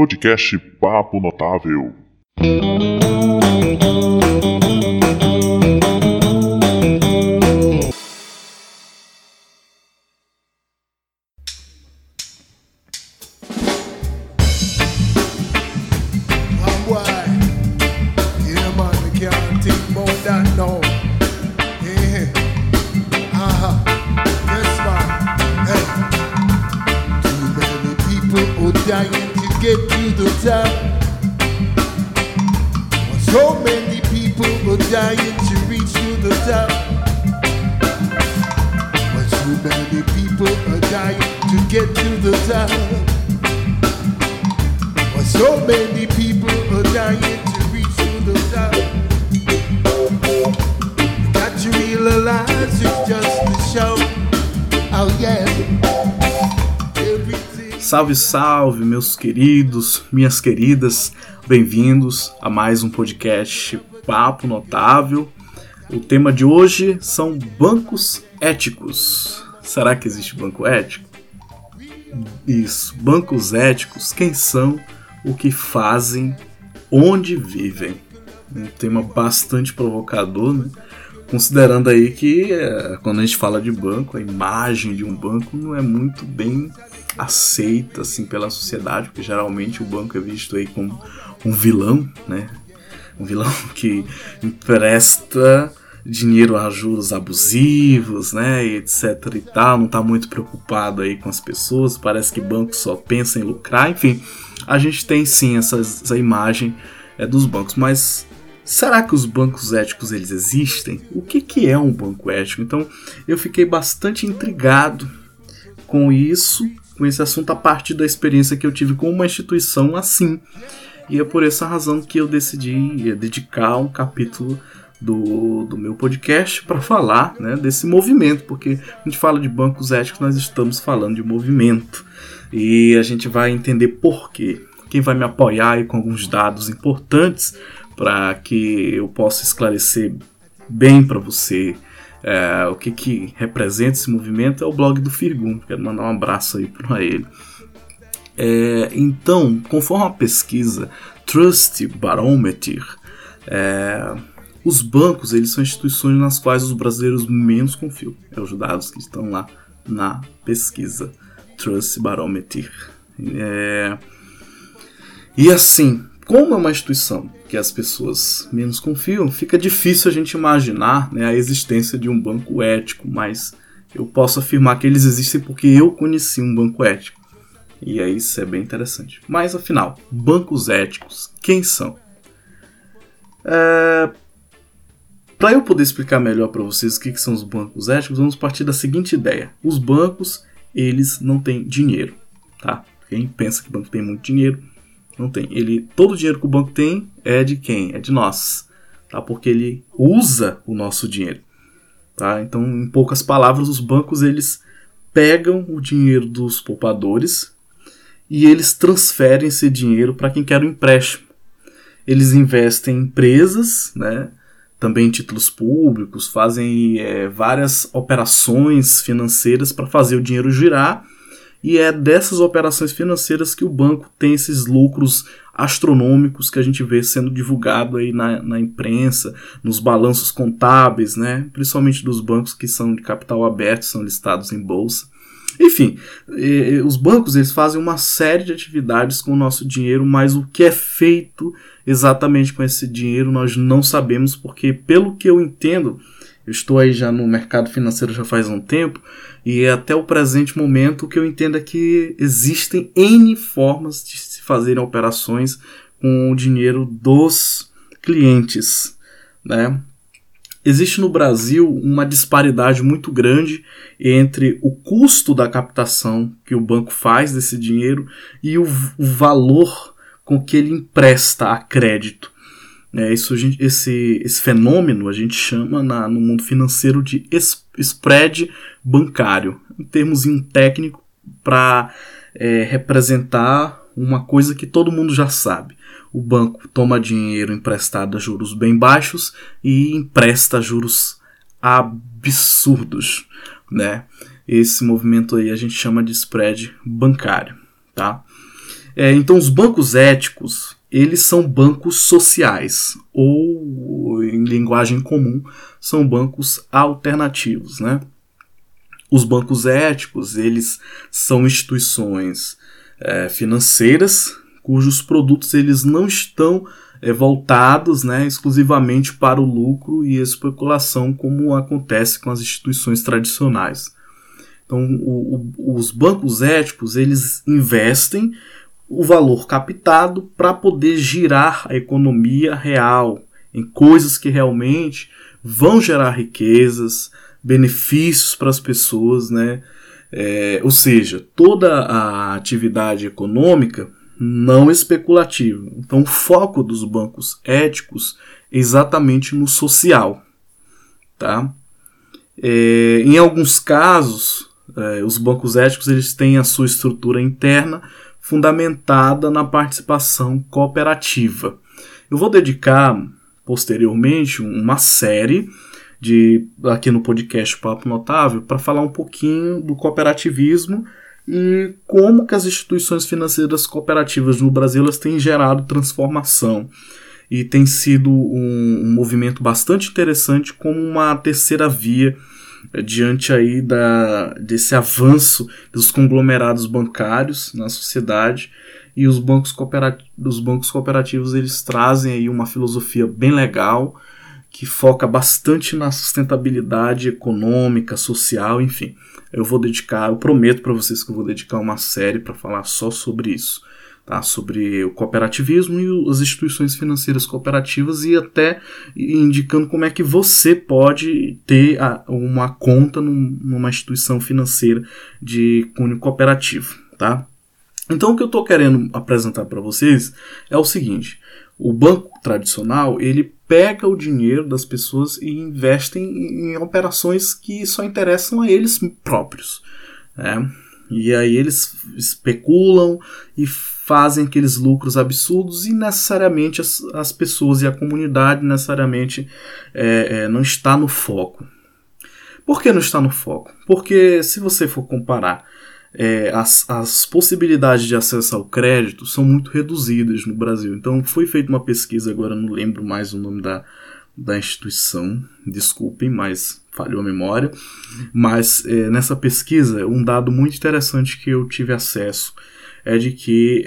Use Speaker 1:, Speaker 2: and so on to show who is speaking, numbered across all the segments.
Speaker 1: Podcast Papo Notável.
Speaker 2: Salve, salve, meus queridos, minhas queridas, bem-vindos a mais um podcast Papo Notável. O tema de hoje são bancos éticos. Será que existe banco ético? Isso, bancos éticos, quem são, o que fazem, onde vivem. Um tema bastante provocador, né? Considerando aí que quando a gente fala de banco, a imagem de um banco não é muito bem aceita assim pela sociedade, porque geralmente o banco é visto aí como um vilão, né? Um vilão que empresta dinheiro a juros abusivos, né? E etc e tal, não está muito preocupado aí com as pessoas, parece que banco só pensa em lucrar, enfim, a gente tem sim essa imagem dos bancos, mas será que os bancos éticos eles existem? O que é um banco ético? Então eu fiquei bastante intrigado com isso, com esse assunto a partir da experiência que eu tive com uma instituição assim. E é por essa razão que eu decidi dedicar um capítulo do meu podcast para falar, né, desse movimento, porque a gente fala de bancos éticos, nós estamos falando de movimento. E a gente vai entender por quê. Quem vai me apoiar aí com alguns dados importantes para que eu possa esclarecer bem para você o que representa esse movimento é o blog do Firgum. Quero mandar um abraço aí para ele. Então, conforme a pesquisa Trust Barometer, os bancos eles são instituições nas quais os brasileiros menos confiam. Os dados que estão lá na pesquisa Trust Barometer. E assim, como é uma instituição que as pessoas menos confiam, fica difícil a gente imaginar, né, a existência de um banco ético, mas eu posso afirmar que eles existem porque eu conheci um banco ético. E aí isso é bem interessante. Mas afinal, bancos éticos, quem são? Para eu poder explicar melhor para vocês o que são os bancos éticos, vamos partir da seguinte ideia. Os bancos, eles não têm dinheiro, tá? Quem pensa que o banco tem muito dinheiro, não tem. Todo o dinheiro que o banco tem é de quem? É de nós, tá? Porque ele usa o nosso dinheiro, tá? Então, em poucas palavras, os bancos eles pegam o dinheiro dos poupadores e eles transferem esse dinheiro para quem quer um empréstimo. Eles investem em empresas, né? Também em títulos públicos, fazem várias operações financeiras para fazer o dinheiro girar. E é dessas operações financeiras que o banco tem esses lucros astronômicos que a gente vê sendo divulgado aí na imprensa, nos balanços contábeis, né? Principalmente dos bancos que são de capital aberto, são listados em bolsa. Enfim, os bancos eles fazem uma série de atividades com o nosso dinheiro, mas o que é feito exatamente com esse dinheiro nós não sabemos, porque pelo que eu entendo, eu estou aí já no mercado financeiro já faz um tempo, e até o presente momento o que eu entendo é que existem N formas de se fazerem operações com o dinheiro dos clientes, né? Existe no Brasil uma disparidade muito grande entre o custo da captação que o banco faz desse dinheiro e o valor com que ele empresta a crédito. Esse fenômeno a gente chama no mundo financeiro de spread bancário, em termos técnico para representar uma coisa que todo mundo já sabe. O banco toma dinheiro emprestado a juros bem baixos e empresta a juros absurdos, né? Esse movimento aí a gente chama de spread bancário, tá? Então, os bancos éticos, eles são bancos sociais, ou, em linguagem comum, são bancos alternativos, né? Os bancos éticos, eles são instituições financeiras cujos produtos eles não estão voltados, né, exclusivamente para o lucro e especulação, como acontece com as instituições tradicionais. Então, os bancos éticos, eles investem o valor captado para poder girar a economia real em coisas que realmente vão gerar riquezas, benefícios para as pessoas, né? Ou seja, toda a atividade econômica não especulativa. Então, o foco dos bancos éticos é exatamente no social. Tá? Em alguns casos, os bancos éticos eles têm a sua estrutura interna fundamentada na participação cooperativa. Eu vou dedicar posteriormente uma série aqui no podcast Papo Notável para falar um pouquinho do cooperativismo e como que as instituições financeiras cooperativas no Brasil elas têm gerado transformação e tem sido um movimento bastante interessante como uma terceira via diante aí desse avanço dos conglomerados bancários na sociedade. E os bancos cooperativos eles trazem aí uma filosofia bem legal que foca bastante na sustentabilidade econômica, social, enfim. Eu prometo para vocês que eu vou dedicar uma série para falar só sobre isso, tá? Sobre o cooperativismo e as instituições financeiras cooperativas e até indicando como é que você pode ter uma conta numa instituição financeira de cunho cooperativo, tá? Então o que eu estou querendo apresentar para vocês é o seguinte: o banco tradicional ele pega o dinheiro das pessoas e investe em operações que só interessam a eles próprios, né? E aí eles especulam e fazem aqueles lucros absurdos e necessariamente as pessoas e a comunidade necessariamente não está no foco. Por que não está no foco? Porque se você for comparar as possibilidades de acesso ao crédito são muito reduzidas no Brasil. Então foi feita uma pesquisa, agora não lembro mais o nome da instituição, desculpem, mas falhou a memória. Mas nessa pesquisa, um dado muito interessante que eu tive acesso é de que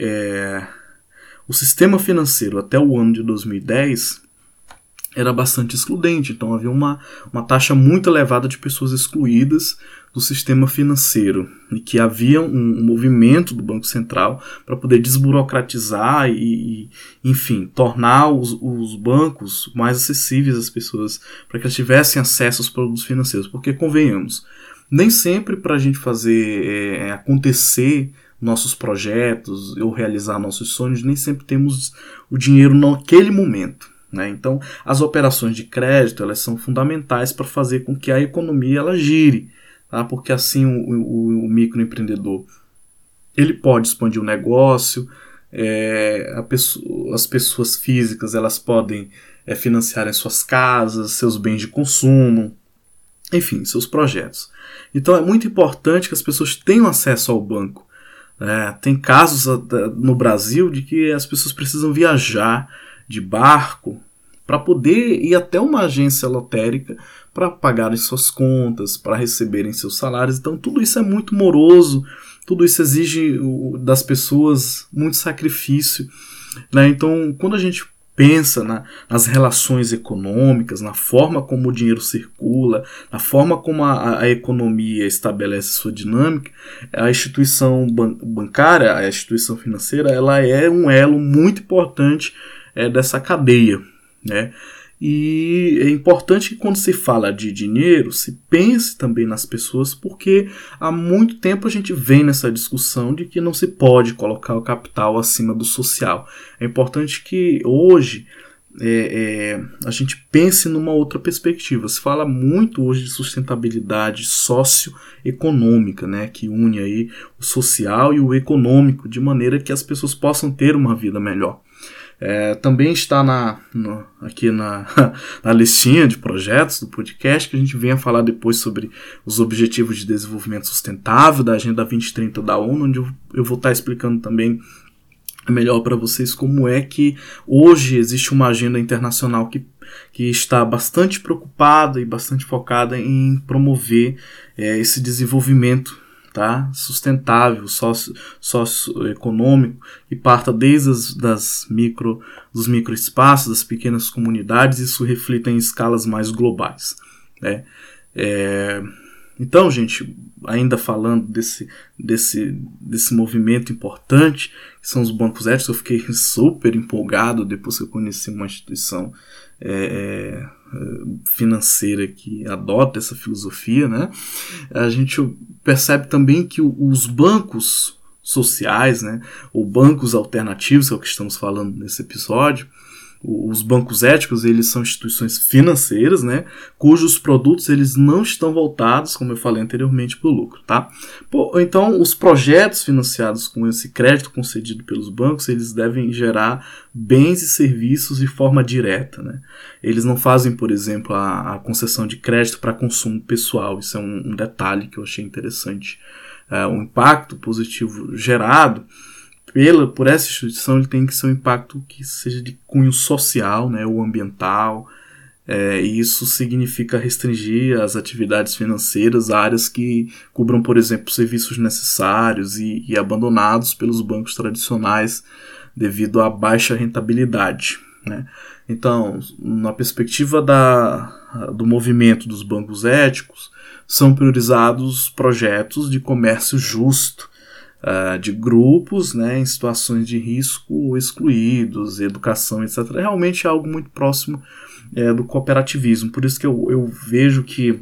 Speaker 2: o sistema financeiro até o ano de 2010 era bastante excludente. Então havia uma taxa muito elevada de pessoas excluídas do sistema financeiro e que havia um movimento do Banco Central para poder desburocratizar e, enfim, tornar os bancos mais acessíveis às pessoas para que elas tivessem acesso aos produtos financeiros. Porque, convenhamos, nem sempre para a gente fazer acontecer nossos projetos ou realizar nossos sonhos, nem sempre temos o dinheiro naquele momento. Então, as operações de crédito elas são fundamentais para fazer com que a economia ela gire, tá? Porque assim o microempreendedor ele pode expandir o negócio, as pessoas físicas elas podem financiar as suas casas, seus bens de consumo, enfim, seus projetos. Então é muito importante que as pessoas tenham acesso ao banco. Tem casos no Brasil de que as pessoas precisam viajar de barco para poder ir até uma agência lotérica para pagarem suas contas, para receberem seus salários. Então tudo isso é muito moroso, tudo isso exige das pessoas muito sacrifício, né? Então quando a gente pensa nas relações econômicas, na forma como o dinheiro circula, na forma como a economia estabelece sua dinâmica, a instituição bancária, a instituição financeira, ela é um elo muito importante dessa cadeia, né? E é importante que quando se fala de dinheiro, se pense também nas pessoas, porque há muito tempo a gente vem nessa discussão de que não se pode colocar o capital acima do social. É importante que hoje a gente pense numa outra perspectiva. Se fala muito hoje de sustentabilidade socioeconômica, né, que une aí o social e o econômico, de maneira que as pessoas possam ter uma vida melhor. Também está aqui na listinha de projetos do podcast que a gente venha falar depois sobre os Objetivos de Desenvolvimento Sustentável da Agenda 2030 da ONU, onde eu vou estar explicando também melhor para vocês como é que hoje existe uma agenda internacional que está bastante preocupada e bastante focada em promover esse desenvolvimento, tá, sustentável, socioeconômico, que parta desde dos microespaços, das pequenas comunidades, e isso reflita em escalas mais globais, né? Então, gente, ainda falando desse movimento importante, que são os bancos éticos, eu fiquei super empolgado depois que eu conheci uma instituição financeira que adota essa filosofia, né? A gente percebe também que os bancos sociais, né, ou bancos alternativos, que é o que estamos falando nesse episódio, os bancos éticos, eles são instituições financeiras, né, cujos produtos eles não estão voltados, como eu falei anteriormente, para o lucro, tá? Então, os projetos financiados com esse crédito concedido pelos bancos, eles devem gerar bens e serviços de forma direta, né? Eles não fazem, por exemplo, a concessão de crédito para consumo pessoal. Isso é um detalhe que eu achei interessante. O impacto positivo gerado por essa instituição, ele tem que ser um impacto que seja de cunho social, né, ou ambiental, e isso significa restringir as atividades financeiras a áreas que cubram, por exemplo, serviços necessários e abandonados pelos bancos tradicionais devido à baixa rentabilidade, né? Então, na perspectiva do movimento dos bancos éticos, são priorizados projetos de comércio justo, de grupos, né, em situações de risco ou excluídos, educação, etc. Realmente é algo muito próximo do cooperativismo. Por isso que eu vejo que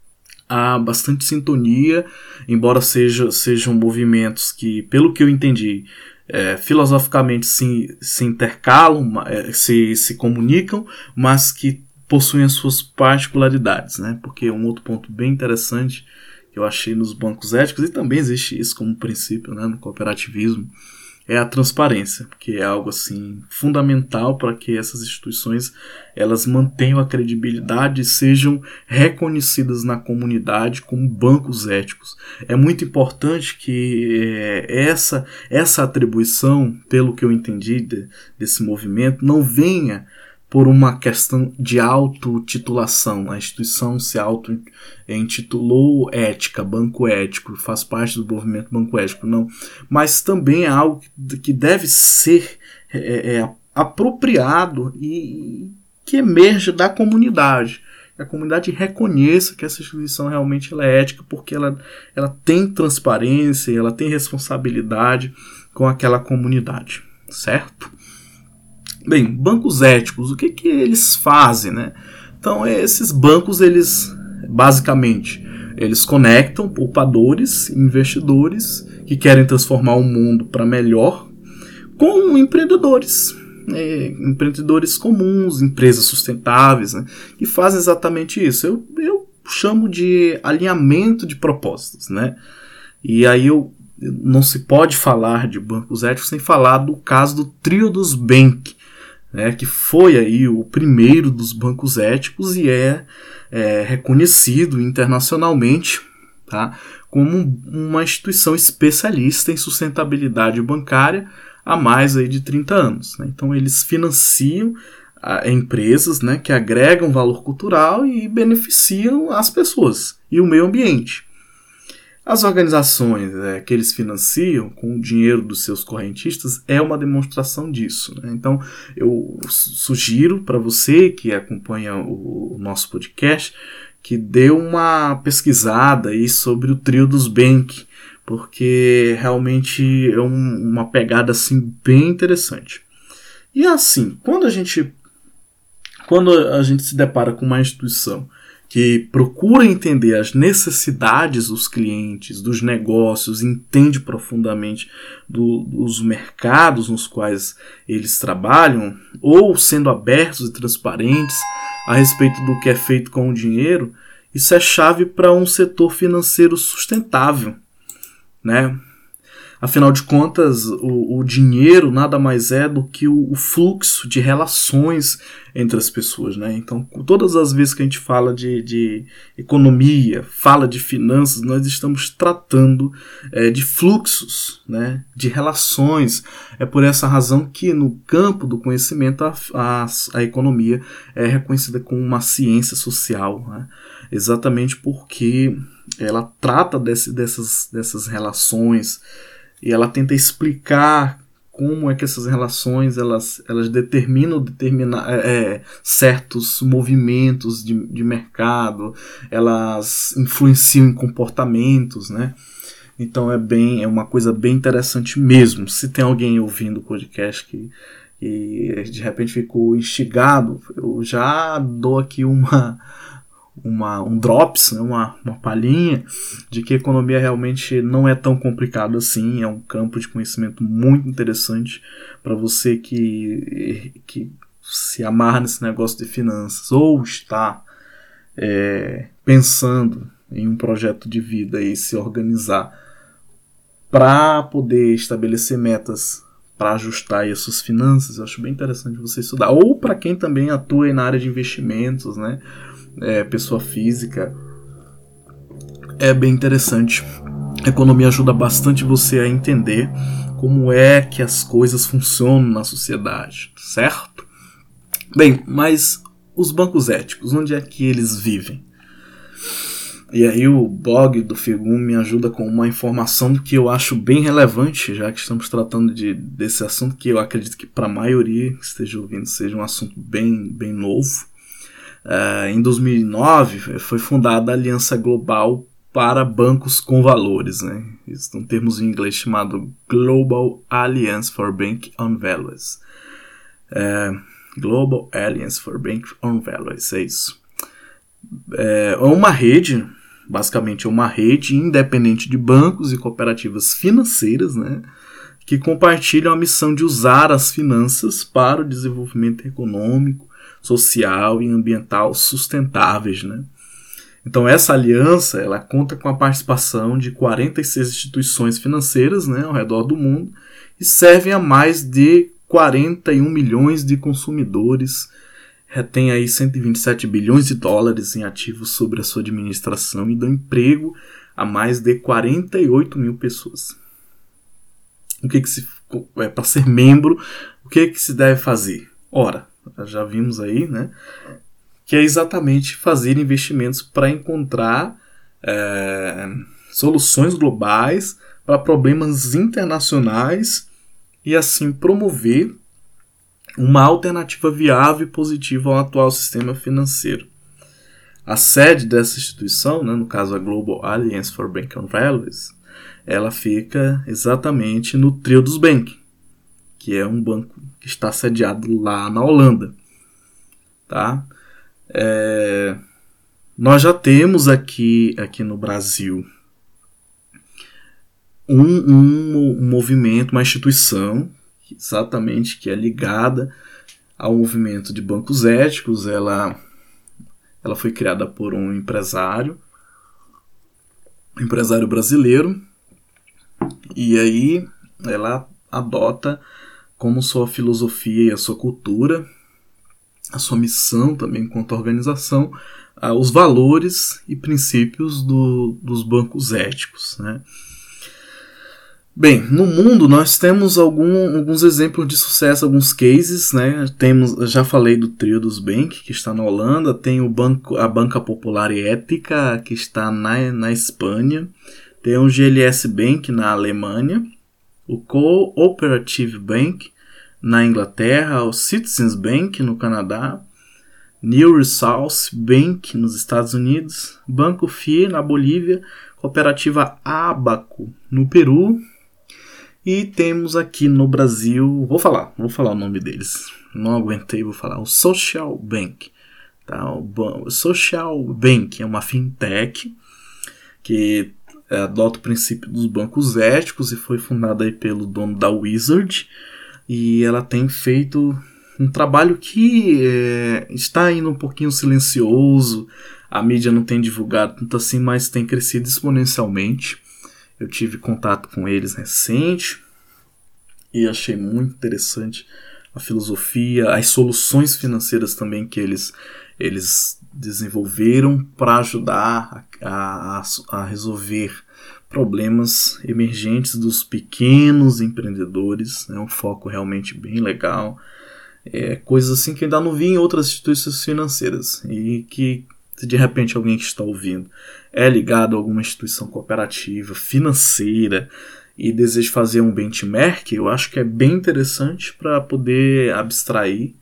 Speaker 2: há bastante sintonia, embora sejam movimentos que, pelo que eu entendi, filosoficamente se intercalam, se comunicam, mas que possuem as suas particularidades, né? Porque um outro ponto bem interessante que eu achei nos bancos éticos, e também existe isso como princípio, né, no cooperativismo, é a transparência, que é algo assim fundamental para que essas instituições elas mantenham a credibilidade e sejam reconhecidas na comunidade como bancos éticos. É muito importante que essa atribuição, pelo que eu entendi desse movimento, não venha por uma questão de autotitulação. A instituição se auto-intitulou ética, banco ético, faz parte do movimento banco ético, não. Mas também é algo que deve ser apropriado e que emerja da comunidade. A comunidade reconheça que essa instituição realmente ela é ética, porque ela tem transparência, ela tem responsabilidade com aquela comunidade, certo? Bem, bancos éticos, o que eles fazem, né? Então, esses bancos, eles basicamente conectam poupadores, investidores que querem transformar o mundo para melhor com empreendedores comuns, empresas sustentáveis, né, que fazem exatamente isso. Eu chamo de alinhamento de propósitos, né? E aí não se pode falar de bancos éticos sem falar do caso do Triodos Bank, que foi aí o primeiro dos bancos éticos e é reconhecido internacionalmente, tá, como uma instituição especialista em sustentabilidade bancária há mais aí de 30 anos. Né? Então eles financiam empresas, né, que agregam valor cultural e beneficiam as pessoas e o meio ambiente. As organizações que eles financiam com o dinheiro dos seus correntistas é uma demonstração disso, né? Então, eu sugiro para você que acompanha o nosso podcast que dê uma pesquisada aí sobre o Triodos Bank, porque realmente é uma pegada assim, bem interessante. E assim, quando a gente se depara com uma instituição que procura entender as necessidades dos clientes, dos negócios, entende profundamente dos mercados nos quais eles trabalham, ou sendo abertos e transparentes a respeito do que é feito com o dinheiro, isso é chave para um setor financeiro sustentável, né? Afinal de contas, o dinheiro nada mais é do que o fluxo de relações entre as pessoas, né? Então, todas as vezes que a gente fala de economia, fala de finanças, nós estamos tratando de fluxos, né? De relações. É por essa razão que no campo do conhecimento a economia é reconhecida como uma ciência social, né? Exatamente porque ela trata dessas relações e ela tenta explicar como é que essas relações elas determinam certos movimentos de mercado, elas influenciam em comportamentos, né? Então é uma coisa bem interessante mesmo. Se tem alguém ouvindo o podcast que de repente ficou instigado, eu já dou aqui um drops, né, uma palhinha de que a economia realmente não é tão complicado assim, é um campo de conhecimento muito interessante para você que se amarra nesse negócio de finanças ou está pensando em um projeto de vida e se organizar para poder estabelecer metas para ajustar aí as suas finanças. Eu acho bem interessante você estudar, ou para quem também atua aí na área de investimentos, né? Pessoa física, é bem interessante. A economia ajuda bastante você a entender como é que as coisas funcionam na sociedade, certo? Bem, mas os bancos éticos, onde é que eles vivem? E aí o blog do Figum me ajuda com uma informação que eu acho bem relevante, já que estamos tratando desse assunto que eu acredito que para a maioria que esteja ouvindo seja um assunto bem novo. Em 2009 foi fundada a Aliança Global para Bancos com Valores, né? Isso tem um termo em inglês chamado Global Alliance for Bank on Values. Global Alliance for Bank on Values, é isso. É uma rede, basicamente é uma rede independente de bancos e cooperativas financeiras, né? Que compartilham a missão de usar as finanças para o desenvolvimento econômico, social e ambiental sustentáveis, né? Então essa aliança ela conta com a participação de 46 instituições financeiras, né, ao redor do mundo e servem a mais de 41 milhões de consumidores, retém aí 127 bilhões de dólares em ativos sob a sua administração e dão emprego a mais de 48 mil pessoas. Para ser membro, o que se deve fazer? Ora, já vimos aí, né, que é exatamente fazer investimentos para encontrar soluções globais para problemas internacionais e assim promover uma alternativa viável e positiva ao atual sistema financeiro. A sede dessa instituição, né, no caso a Global Alliance for Bank on Values, ela fica exatamente no Triodos Bank, que é um banco que está sediado lá na Holanda. Tá? Nós já temos aqui no Brasil um movimento, uma instituição exatamente que é ligada ao movimento de bancos éticos. Ela foi criada por um empresário brasileiro, e aí ela adota como sua filosofia e a sua cultura, a sua missão também enquanto organização, os valores e princípios dos bancos éticos, né? Bem, no mundo nós temos alguns exemplos de sucesso, alguns cases, né? Já falei do Triodos Bank, que está na Holanda, tem a Banca Popular e Ética, que está na Espanha, tem o GLS Bank na Alemanha, o Cooperative Bank na Inglaterra, o Citizens Bank no Canadá, New Resource Bank nos Estados Unidos, Banco FIE na Bolívia, Cooperativa Abaco no Peru, e temos aqui no Brasil, vou falar o nome deles, não aguentei, vou falar, o Social Bank. Tá? O Social Bank é uma fintech que adota o princípio dos bancos éticos e foi fundada aí pelo dono da Wizard, e ela tem feito um trabalho que está indo um pouquinho silencioso, a mídia não tem divulgado tanto assim, mas tem crescido exponencialmente. Eu tive contato com eles recente e achei muito interessante a filosofia, as soluções financeiras também que eles desenvolveram para ajudar a resolver problemas emergentes dos pequenos empreendedores. É um foco realmente bem legal. Coisas assim que ainda não vi em outras instituições financeiras e que, se de repente alguém que está ouvindo é ligado a alguma instituição cooperativa, financeira e deseja fazer um benchmark, eu acho que é bem interessante para poder abstrair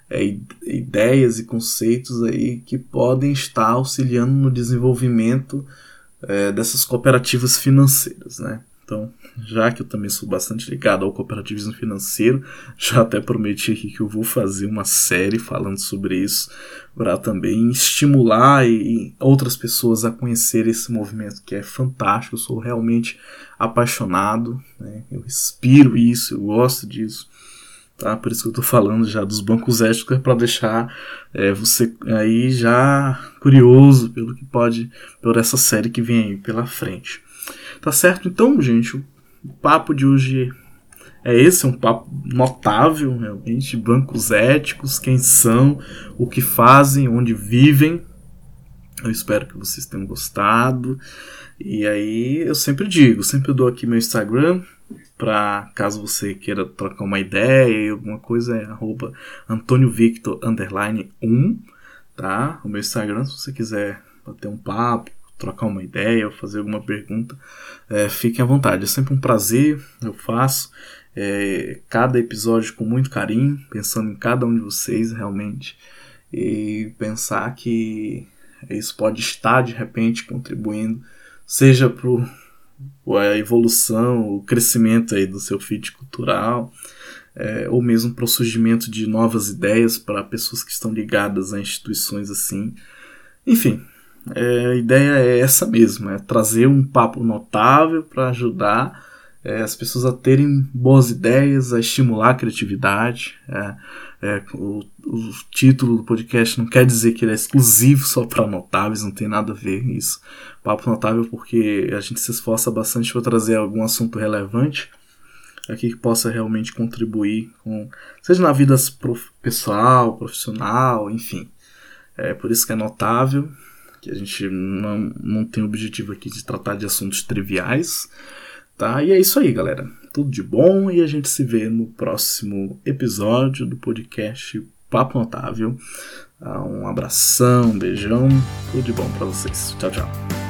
Speaker 2: ideias e conceitos aí que podem estar auxiliando no desenvolvimento dessas cooperativas financeiras, né? Então, já que eu também sou bastante ligado ao cooperativismo financeiro, já até prometi aqui que eu vou fazer uma série falando sobre isso, para também estimular outras pessoas a conhecer esse movimento que é fantástico. Eu sou realmente apaixonado, né? Eu respiro isso, eu gosto disso. Tá? Por isso que eu estou falando já dos bancos éticos, para deixar você aí já curioso por essa série que vem aí pela frente. Tá certo? Então, gente, o papo de hoje é esse, um papo notável, realmente. Bancos éticos, quem são, o que fazem, onde vivem. Eu espero que vocês tenham gostado. E aí, eu sempre dou aqui meu Instagram, para caso você queira trocar uma ideia, alguma coisa, é @AntônioVictor_1, tá? O meu Instagram, se você quiser bater um papo, trocar uma ideia ou fazer alguma pergunta, fiquem à vontade. É sempre um prazer, eu faço cada episódio com muito carinho, pensando em cada um de vocês realmente, e pensar que isso pode estar de repente contribuindo, seja para a evolução, o crescimento aí do seu feed cultural, ou mesmo para o surgimento de novas ideias para pessoas que estão ligadas a instituições assim. Enfim, a ideia é essa mesmo, é trazer um papo notável para ajudar as pessoas a terem boas ideias, a estimular a criatividade. O título do podcast não quer dizer que ele é exclusivo só para notáveis, não tem nada a ver isso. Papo notável porque a gente se esforça bastante para trazer algum assunto relevante aqui que possa realmente contribuir seja na vida pessoal, profissional, enfim. Por isso que é notável, que a gente não tem o objetivo aqui de tratar de assuntos triviais, tá? E é isso aí, galera. Tudo de bom e a gente se vê no próximo episódio do podcast Papo Notável. Um abração, um beijão, tudo de bom pra vocês. Tchau, tchau.